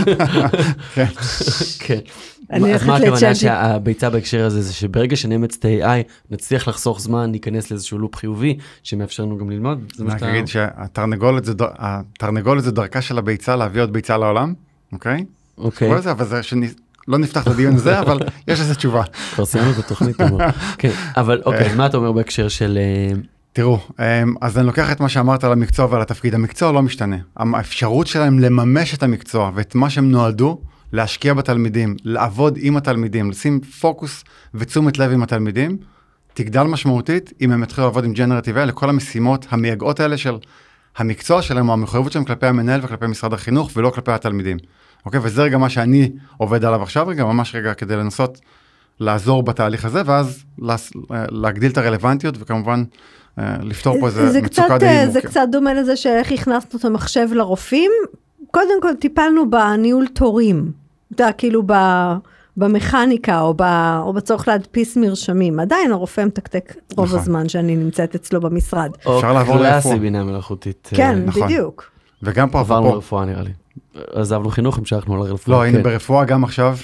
כן. אז מה הכוונה שהביצה בהקשר הזה, זה שברגע שנאמץ את ה-AI, נצליח לחסוך זמן, ניכנס לאיזשהו לופ חיובי, שמאפשר לנו גם ללמוד. אני רק אגיד שהתרנגולת זה דרכה של הביצה, להביא עוד ביצה לעולם, אוקיי? אוקיי. אבל זה לא נפתח את הדיון הזה, אבל יש איזו תשובה. כבר סיימנו את התוכנית. כן, אבל אוקיי, מה אתה אומר בהקשר של... תראו, אז אני לוקח את מה שאמרת על המקצוע ועל התפקיד. המקצוע לא משתנה. האפשרות שלהם לממש את המקצוע ואת מה שהם נועדו, להשקיע בתלמידים, לעבוד עם התלמידים, לשים פוקוס ותשומת לב עם התלמידים, תגדל משמעותית אם הם יתחילו לעבוד עם Generative AI לכל המשימות המייגעות האלה של המקצוע שלהם, או המחויבות שלהם כלפי המנהל וכלפי משרד החינוך, ולא כלפי התלמידים. אוקיי? וזה רגע מה שאני עובד עליו עכשיו, רגע, ממש רגע כדי לנסות לעזור בתהליך הזה, ואז להגדיל את הרלוונטיות, וכמובן לפתור פה איזה מצוקה די מורכבת. זה קצת דומה לזה שאיך הכנסנו את המחשב לרופאים, קודם כל טיפלנו בניהול תורים, אתה יודע, כאילו במכניקה או בצורך להדפיס מרשמים, עדיין הרופא מתקתק רוב הזמן שאני נמצאת אצלו במשרד. או קלאסי בינה מלאכותית. כן, בדיוק. וגם פה עברנו לרפואה נראה לי. עזבנו חינוך, המשכנו על הרפואה. לא, הנה ברפואה גם עכשיו,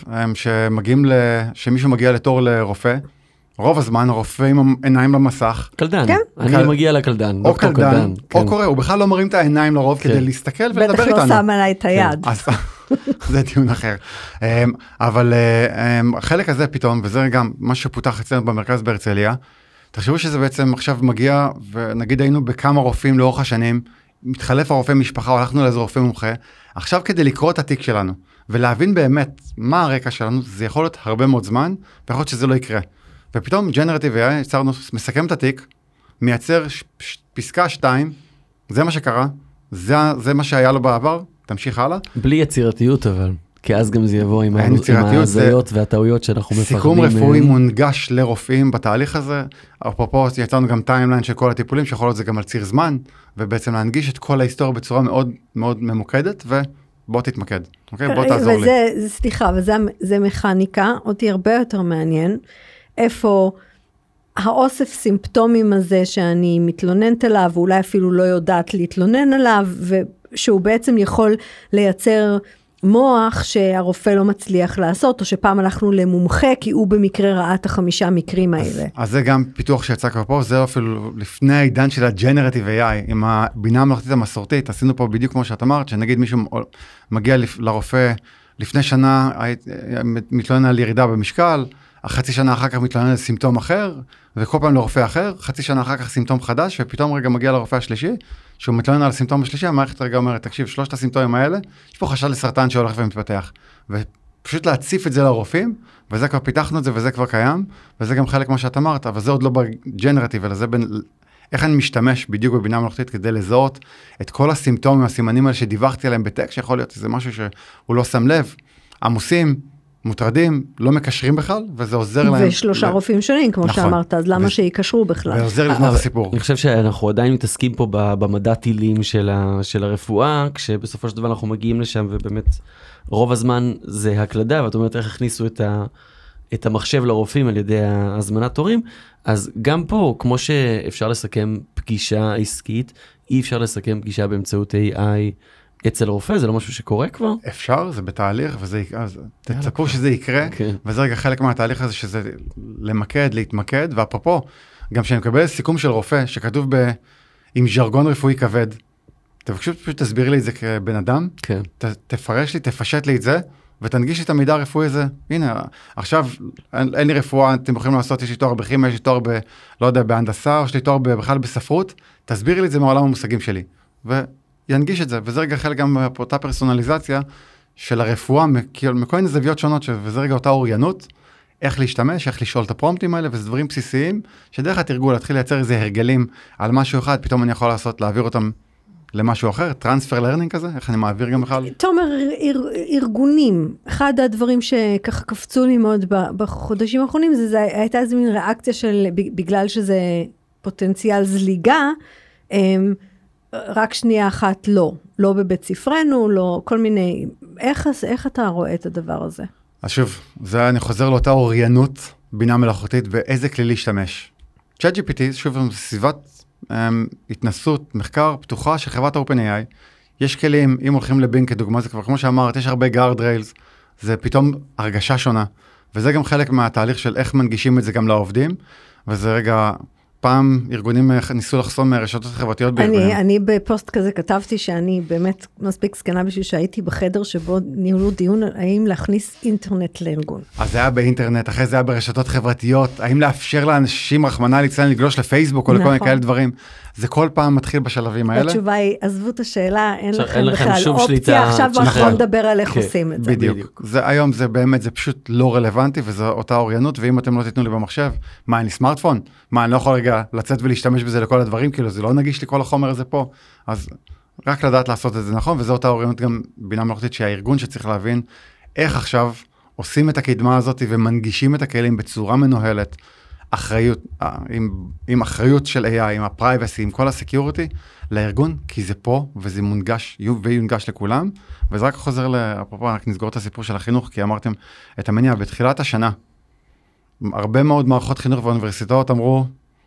שמישהו מגיע לתור לרופא, רוב הזמן הרופא עם עיניים במסך. קלדן, אני מגיע לקלדן. או קלדן, או קורא, הוא בכלל לא מרים את העיניים לרוב כדי להסתכל ולדבר איתנו. בטח לא שם עליי את היד. זה דיון אחר. אבל החלק הזה פתאום, וזה גם מה שפותח אצלנו במרכז בהרצליה, תחשבו שזה בעצם עכשיו מגיע, ונגיד היינו בכמה רופאים לאורך השנים, מתחלף הרופא משפחה, או הלכנו לאיזה רופא מומחה, עכשיו כדי לקרוא את התיק שלנו, ולהבין באמת מה הרקע שלנו, זה יכול להיות הרבה מאוד זמן, ויכול להיות שזה לא יקרה. ופתאום Generative AI, מסכם את התיק, מייצר פסקה 2, זה מה שקרה, זה מה שהיה לו בעבר, תמשיך הלאה. בלי יצירתיות אבל, כי אז גם זה יבוא עם ההזיות והטעויות שאנחנו מפחדים. סיכום רפואי מונגש לרופאים בתהליך הזה, אפרופו יצרנו גם טיימליין של כל הטיפולים, שיכול להיות זה גם על ציר זמן, ובעצם להנגיש את כל ההיסטוריה בצורה מאוד מאוד ממוקדת, בוא תתמקד, אוקיי? בוא תעזור לי. סליחה, וזה מכניקה, אותי הרבה יותר מעניין, איפה האוסף סימפטומים הזה שאני מתלוננת עליו, ואולי אפילו לא יודעת להתלונן עליו, ושהוא בעצם יכול לייצר מוח שהרופא לא מצליח לעשות, או שפעם הלכנו למומחה, כי הוא במקרה ראה את 5 מקרים האלה. אז זה גם פיתוח שיצא כבר פה, זה אפילו לפני העידן של הג'נרטיב AI, עם הבינה המלאכותית המסורתית, עשינו פה בדיוק כמו שאת אמרת, שנגיד מישהו מגיע לרופא, לפני שנה מתלונן על ירידה במשקל, חצי שנה אחר כך מתלונן על סימפטום אחר, וכל פעם לרופא אחר, חצי שנה אחר כך סימפטום חדש, ופתאום רגע מגיע לרופא השלישי, שהוא מתלונן על הסימפטום השלישי, המערכת רגע אומרת, תקשיב, 3 הסימפטומים האלה, יש פה חשד לסרטן שהולך ומתפתח, ופשוט להציף את זה לרופאים, וזה כבר פיתחנו את זה, וזה כבר קיים, וזה גם חלק מה שאת אמרת, אבל זה עוד לא בג'נרטיב, אלא זה איך אני משתמש בדיוק בבינה מלאכותית, כדי לזהות את כל הסימפטומים, הסימנים האלה שדיווחתי עליהם בטקסט, שיכול להיות שזה משהו שהוא לא שם לב, עמוסים, מוטרדים, לא מקשרים בכלל, וזה עוזר להם. ו3 רופאים שונים, כמו שאמרת, אז למה שיקשרו בכלל? ועוזר לבנות הסיפור. אני חושב שאנחנו עדיין מתעסקים פה במדע טילים של הרפואה, כשבסופו של דבר אנחנו מגיעים לשם, ובאמת רוב הזמן זה הקלדה, ואת אומרת איך הכניסו את המחשב לרופאים על ידי הזמנת תורים, אז גם פה, כמו שאפשר לסכם פגישה עסקית, אי אפשר לסכם פגישה באמצעות AI, אצל רופא, זה לא משהו שקורה כבר? אפשר, זה בתהליך, תצפו שזה יקרה, וזה רגע חלק מהתהליך הזה, שזה למקד, להתמקד, ואפרופו, גם שאני מקבל סיכום של רופא, שכתוב עם ז'רגון רפואי כבד, פשוט תסביר לי את זה כבן אדם, תפרש לי, תפשט לי את זה, ותנגיש לי את המידע הרפואי הזה. הנה, עכשיו, אין לי רפואה, אתם יכולים לעשות, יש לי תואר בכימיה, יש לי תואר לא יודע, בהנדסה, או יש לי תואר בכלל בספרות, תסביר לי את זה מעולם המושגים שלי. ינגיש את זה, וזה רגע חלק גם באותה פרסונליזציה של הרפואה, מכל מיני זוויות שונות, וזה רגע אותה אוריינות, איך להשתמש, איך לשאול את הפרומפטים האלה, וזה דברים בסיסיים, שדרך התרגול, להתחיל לייצר איזה הרגלים על משהו אחד, פתאום אני יכול לעשות, להעביר אותם למשהו אחר, טרנספר לרנינג כזה, איך אני מעביר גם בכלל? תומר, ארגונים, אחד הדברים שככה קפצו לי מאוד בחודשים האחרונים, זה הייתה איזו מין ריאקציה של, בגלל שזה פוטנציאל זליגה, רק שנייה אחת לא בבית ספרנו, לא כל מיני, איך אתה רואה את הדבר הזה? אז שוב, אני חוזר לאותה אוריינות בינה מלאכותית, ואיזה כלי להשתמש. ChatGPT, שוב, סביבת התנסות, מחקר פתוחה של חברת OpenAI, יש כלים, אם הולכים לבינג כדוגמה, זה כבר כמו שאמרת, יש הרבה guard rails, זה פתאום הרגשה שונה, וזה גם חלק מהתהליך של איך מנגישים את זה גם לעובדים, וזה רגע, פעם ארגונים ניסו לחסום רשתות חברתיות בארגונים. אני בפוסט כזה כתבתי שאני באמת מספיק סקנה בשביל שהייתי בחדר שבו ניהלו דיון האם להכניס אינטרנט לארגון. אז זה היה באינטרנט, אחרי זה היה ברשתות חברתיות, האם לאפשר לאנשים רחמנא ליצלן לגלוש לפייסבוק או לכל מיני כאלה דברים. זה כל פעם מתחיל בשלבים האלה. התשובה היא, עזבו את השאלה, אין לכם בכלל אופציה, עכשיו אנחנו נדבר על איך עושים את זה. בדיוק. היום זה באמת, זה פשוט לא רלוונטי, וזו אותה אוריינות, ואם אתם לא תיתנו לי במחשב, מה, אין לי סמארטפון? מה, אני לא יכול רגע לצאת ולהשתמש בזה לכל הדברים, כאילו זה לא נגיש לי כל החומר הזה פה, אז רק לדעת לעשות את זה נכון, וזו אותה אוריינות גם בינה מלאכותית, שהארגון שצריך להבין איך עכשיו עושים את הקדמה הזאת, ומנגישים את הכלים בצורה מנוהלת, אחריות, עם אחריות של AI, עם הפרייבסי, עם כל הסקיוריטי, לארגון, כי זה פה, וזה מונגש, ויונגש לכולם, וזה רק חוזר אפרופו, רק נסגור את הסיפור של החינוך, כי אמרתם את המניע, בתחילת השנה, הרבה מאוד מערכות חינוך ואוניברסיטאות אמרו,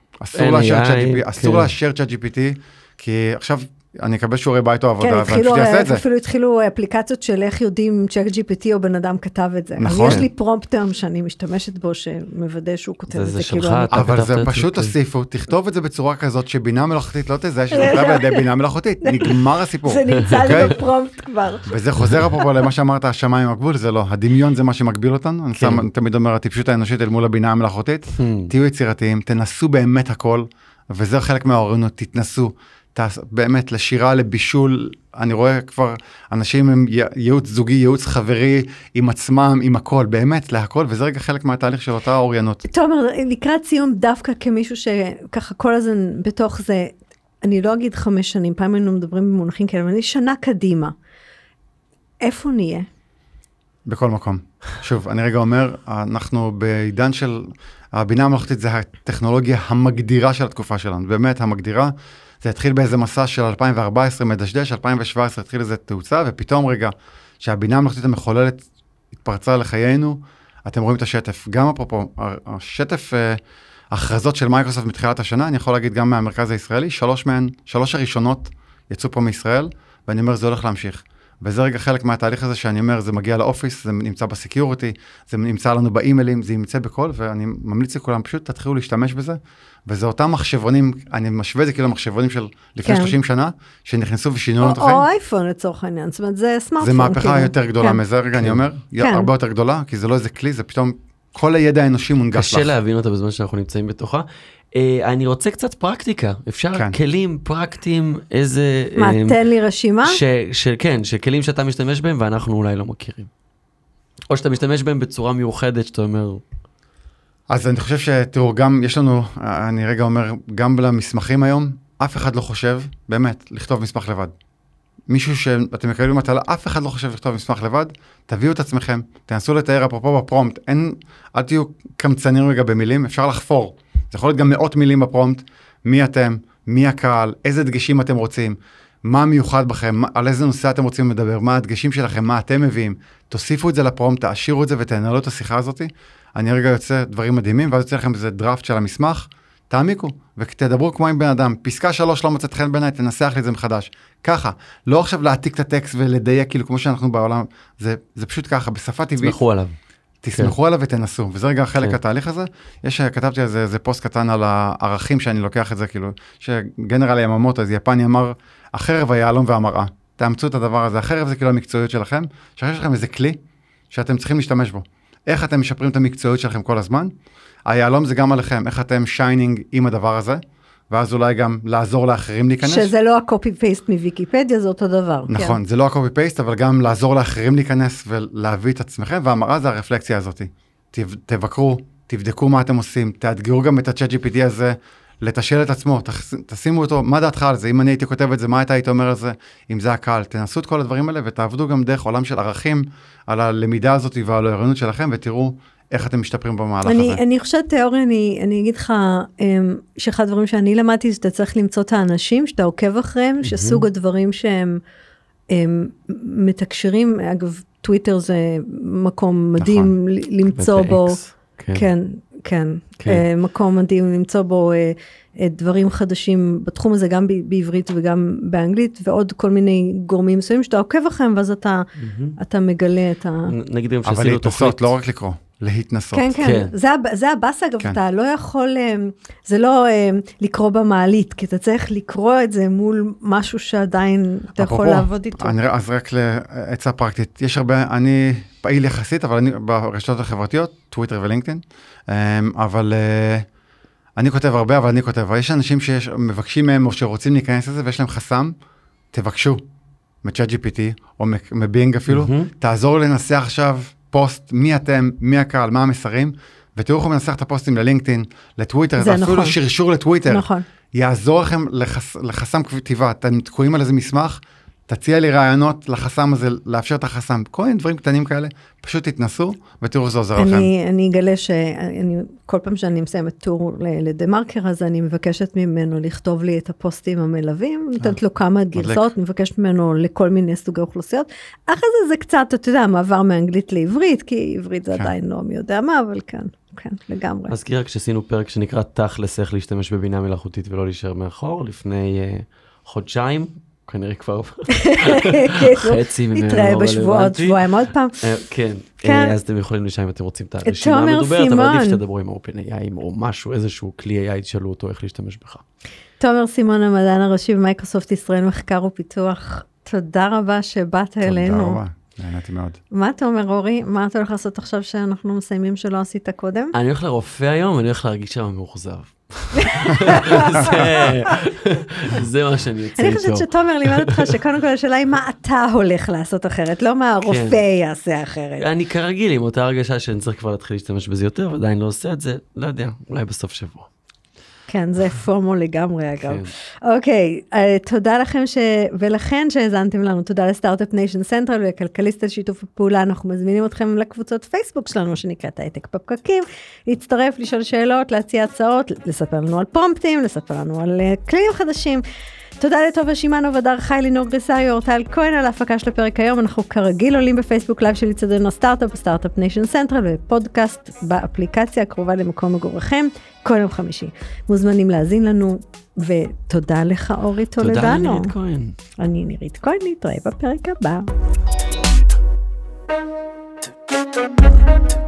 אסור לאשר ChatGPT, כי עכשיו אני אקבל שיעורי בית או עבודה, ואני פשוט אעשה את זה. אפילו התחילו אפליקציות של איך יודעים ChatGPT או בן אדם כתב את זה. נכון. יש לי פרומפטר שאני משתמשת בו, שמוודא שהוא כותב את זה. אבל זה פשוט תוסיפו, תכתוב את זה בצורה כזאת, שבינה מלאכותית לא תזהה שזה נכתב על ידי בינה מלאכותית. נגמר הסיפור. זה נמצא לי בפרומפט כבר. וזה חוזר פה למה שאמרת, השמיים הגבול, זה לא. הדמיון זה מה שמגביל אותנו. אני תמיד אומר, הטיפשות האנושית אל מול הבינה המלאכותית. תהיו יצירתיים, תנסו באמת הכל, וזה חלק מהאוריינות, תתנסו. באמת לשירה, לבישול, אני רואה כבר אנשים עם ייעוץ זוגי, ייעוץ חברי, עם עצמם, עם הכל, באמת להכל, וזה רגע חלק מהתהליך של אותה אוריינות. תומר, לקראת סיום דווקא כמישהו שככה כל הזמן בתוך זה, אני לא אגיד 5 שנים, פעם היינו מדברים במונחים כאלה, אבל אני שנה קדימה. איפה נהיה? בכל מקום. שוב, אני רגע אומר, אנחנו בעידן של, הבינה המלאכותית זה הטכנולוגיה המגדירה של התקופה שלנו, באמת המגדירה, זה התחיל באיזה מסע של 2014 מדשדש, 2017 התחיל איזה תאוצה, ופתאום רגע, שהבינה המלאכותית המחוללת התפרצה לחיינו, אתם רואים את השטף. גם אפרופו, השטף, ההכרזות של מייקרוסופט מתחילת השנה, אני יכול להגיד גם מהמרכז הישראלי, 3 הראשונות יצאו פה מישראל, ואני אומר, זה הולך להמשיך. וזה רגע חלק מהתהליך הזה שאני אומר, זה מגיע לאופיס, זה נמצא בסקיוריטי, זה נמצא לנו באימיילים, זה ימצא בכל, ואני ממליץ לכולם, פשוט תתחילו להשתמש בזה, וזה אותם מחשבונים, אני משווה את זה כאילו מחשבונים של לפני 30 שנה, שנכנסו ושינו את החיים. או אייפון לצורך העניין, זאת אומרת, זה סמארטפון. זה מהפכה יותר גדולה מזה, רגע אני אומר, הרבה יותר גדולה, כי זה לא איזה כלי, זה פתאום כל הידע האנושי מונגש לך. קשה להבין אותה בזמן שאנחנו נמצאים בתוכה. אני רוצה קצת פרקטיקה, אפשר כלים פרקטיים, איזה... מה, תן לי רשימה? כן, שכלים שאתה משתמש בהם ואנחנו אולי לא מכירים. או שאתה משתמש בהם בצורה מיוחדת, שאתה אומר... אז אני חושב שתראו, גם יש לנו, אני רגע אומר, גם למסמכים היום, אף אחד לא חושב, באמת, לכתוב מסמך לבד. מישהו שאתם מקבלים מטלה, אף אחד לא חושב לכתוב מסמך לבד, תביאו את עצמכם, תנסו לתאר אפרופו בפרומפט, אל תהיו קמצנים רגע במילים, אפשר לחפור. זה יכול להיות גם 100 מילים בפרומפט, מי אתם, מי הקהל, איזה דגשים אתם רוצים, מה מיוחד בכם, על איזה נושא אתם רוצים לדבר, מה הדגשים שלכם, מה אתם מביאים, תוסיפו את זה לפרומפט, תעשירו את זה ותנהלו את השיחה הזאת. אני רגע יוצא דברים מדהימים, ואז יוצא לכם איזה דראפט של המסמך, תעמיקו, ותדברו כמו עם בן אדם. פסקה 3 לא מוצאת חן בעיניי, תנסח לי את זה מחדש. ככה, לא עכשיו להעתיק את הטקסט ולדייק, כאילו כמו שאנחנו בעולם, זה פשוט ככה, בשפה טבעית. תסמכו עליו. תסמכו עליו ותנסו, וזה רגע חלק התהליך הזה. כתבתי על זה פוסט קטן על הערכים שאני לוקח את זה, כאילו, שגנרל יממוטו, אז יפני אמר, החרב, היהלום והמראה. תאמצו את הדבר הזה. החרב זה כאילו המקצועיות שלכם, שיש לכם איזה כלי שאתם צריכים להשתמש בו. איך אתם משפרים את המקצועיות שלכם כל הזמן? היהלום זה גם עליכם, איך אתם שיינינג עם הדבר הזה, ואז אולי גם לעזור לאחרים להיכנס. שזה לא הקופי-פייסט מוויקיפדיה, זה אותו דבר. נכון, זה לא הקופי-פייסט, אבל גם לעזור לאחרים להיכנס ולהביא את עצמכם, והמראה זה הרפלקציה הזאת. תבקרו, תבדקו מה אתם עושים, תאתגרו גם את ה-ChatGPT הזה, לתשאל את עצמו, תשימו אותו, מה דעתך על זה? אם אני הייתי כותב את זה, מה אתה היית אומר על זה? אם זה הקהל, תנסו את כל הדברים האלה, ותעבדו גם דרך עולם של ערכים, על הלמידה הזאת ועל הערנות שלכם, ותראו איך אתם משתפרים במהלך הזה. אני חושבת, תיאורי, אני אגיד לך, שאחד הדברים שאני למדתי, שאתה צריך למצוא את האנשים, שאתה עוקב אחריהם, שסוג הדברים שהם מתקשרים, אגב, טוויטר זה מקום מדהים למצוא בו, כן, מקום מדהים למצוא בו דברים חדשים בתחום הזה, גם בעברית וגם באנגלית, ועוד כל מיני גורמים מסוימים שאתה עוקב אחריהם, ואז אתה מגלה את ה... נגיד גם אבל להתנסות, לא רק לקרוא, להתנסות. כן, כן, זה הבאס אגב, אתה לא יכול, זה לא לקרוא במעלית, כי אתה צריך לקרוא את זה מול משהו שעדיין אתה יכול לעבוד איתו. אז רק לעצה פרקטית, יש הרבה, אני פעיל יחסית, אבל אני ברשתות החברתיות, טוויטר ולינקדאין, אבל אני כותב הרבה, אבל אני כותב, יש אנשים שמבקשים מהם או שרוצים להיכנס לזה, ויש להם חסם, תבקשו מ-ChatGPT, או מבינג אפילו, תעזור לנסח עכשיו פוסט, מי אתם, מי הקהל, מה המסרים, ותראו איך הוא מנסח את הפוסטים ללינקדאין, לטוויטר, זה אפילו שרשור לטוויטר, יעזור לכם לחסם כתיבה, אתם תקועים על איזה מסמך, תציע לי רעיונות לחסם הזה, לאפשר את החסם, כל מיני דברים קטנים כאלה, פשוט תתנסו, ותראו שזה עוזר לכם. אני אגלה כל פעם שאני מסיימת טור לדמרקר, אז אני מבקשת ממנו לכתוב לי את הפוסטים המלווים, נותנת לו כמה גרסאות, מבקשת ממנו לכל מיני סוגי אוכלוסיות, אחרי זה קצת, אתה יודע, מעבר מאנגלית לעברית, כי עברית זה עדיין לא מי יודע מה, אבל כן, לגמרי. מזכיר כשעשינו פרק שנקרא תכלס איך להשתמש בבינה מלאכותית ולא להישאר מאחור, לפני חודשיים, כנראה כבר חצי ממנו נתראה בשבועות, שבועיים עוד פעם. כן, אז אתם יכולים לשם אם אתם רוצים את הרשימה המדוברת, אבל עדיף שתדברו עם OpenAI או משהו, איזשהו כלי AI, תשאלו אותו איך להשתמש בך. תומר סימון, המדען הראשי במייקרוסופט ישראל מחקר ופיתוח, תודה רבה שבאת אלינו. תודה רבה, נהניתי מאוד. מה אתה אומר, אורי? מה אתה הולך לעשות עכשיו שאנחנו מסיימים שלא עשית קודם? אני הולך לרופא היום, אני הולך להרגיש שם מאוכזב. זה מה שאני יוצא איתו. אני חושבת שתומר לימד אותך שקודם כל השאלה היא מה אתה הולך לעשות אחרת, לא מה הרופא יעשה אחרת. אני כרגיל עם אותה הרגשה שאני צריך כבר להתחיל להשתמש בזה יותר, ועדיין לא עושה את זה, לא יודע, אולי בסוף שבוע. כן, זה פומו לגמרי אגב. אוקיי, תודה לכם ולכן שהזנתם לנו, תודה לסטארט-אפ ניישן סנטרל וכלכליסט על שיתוף הפעולה, אנחנו מזמינים אתכם לקבוצות פייסבוק שלנו, שנקראת הייטק בפקקים, להצטרף, לשאול שאלות, להציע הצעות, לספר לנו על פרומפטים, לספר לנו על כלים חדשים. תודה לטובה שימאנו ודר חי, לינור גריסאי, אורטל כהן על ההפקה של הפרק היום. אנחנו כרגיל עולים בפייסבוק לייב של אצטדיון הסטארט-אפ, סטארט-אפ ניישן סנטרל, ופודקאסט באפליקציה הקרובה למקום מגוריכם, כל יום חמישי. מוזמנים להאזין לנו, ותודה לך אורי טולדנו. תודה לנירית כהן. אני נירית כהן, נתראה בפרק הבא.